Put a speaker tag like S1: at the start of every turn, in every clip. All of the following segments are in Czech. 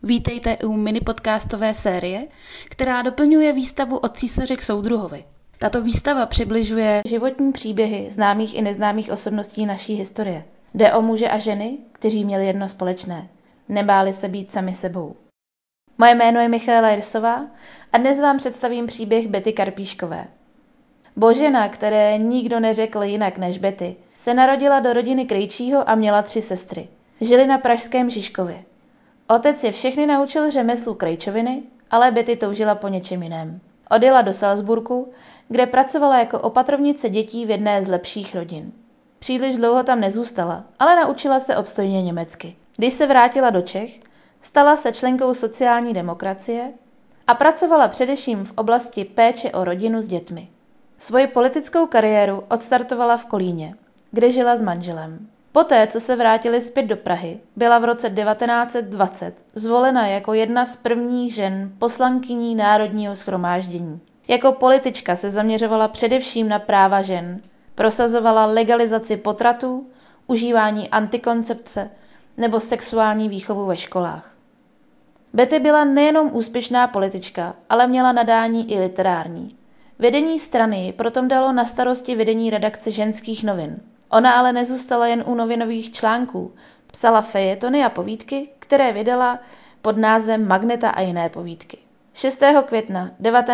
S1: Vítejte u minipodcastové série, která doplňuje výstavu od císaře k soudruhovi. Tato výstava přibližuje životní příběhy známých i neznámých osobností naší historie. Jde o muže a ženy, kteří měli jedno společné. Nebáli se být sami sebou. Moje jméno je Michaela Jirsová a dnes vám představím příběh Betty Karpíškové. Božena, které nikdo neřekl jinak než Betty, se narodila do rodiny Krejčího a měla 3 sestry. Žili na pražském Žižkově. Otec je všechny naučil řemeslu krejčoviny, ale Betty toužila po něčem jiném. Odjela do Salzburgu, kde pracovala jako opatrovnice dětí v jedné z lepších rodin. Příliš dlouho tam nezůstala, ale naučila se obstojně německy. Když se vrátila do Čech, stala se členkou sociální demokracie a pracovala především v oblasti péče o rodinu s dětmi. Svoji politickou kariéru odstartovala v Kolíně, kde žila s manželem. Poté, co se vrátili zpět do Prahy, byla v roce 1920 zvolena jako jedna z prvních žen poslankyní Národního shromáždění. Jako politička se zaměřovala především na práva žen, prosazovala legalizaci potratů, užívání antikoncepce nebo sexuální výchovu ve školách. Betty byla nejenom úspěšná politička, ale měla nadání i literární. Vedení strany proto dalo na starosti vedení redakce ženských novin. Ona ale nezůstala jen u novinových článků. Psala fejetony a povídky, které vydala pod názvem Magneta a jiné povídky. 6. května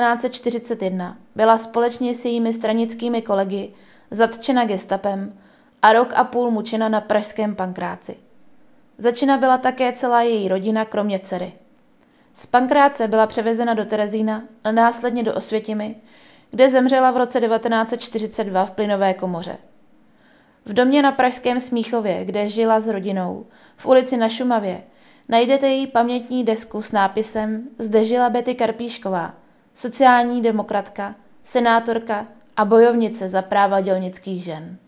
S1: 1941 byla společně s jejími stranickými kolegy zatčena gestapem a rok a půl mučena na pražském Pankráci. Zatčena byla také celá její rodina, kromě dcery. Z Pankráce byla převezena do Terezína a následně do Osvětimi, kde zemřela v roce 1942 v plynové komoře. V domě na pražském Smíchově, kde žila s rodinou, v ulici Na Šumavě, najdete její pamětní desku s nápisem Zde žila Betty Karpíšková, sociální demokratka, senátorka a bojovnice za práva dělnických žen.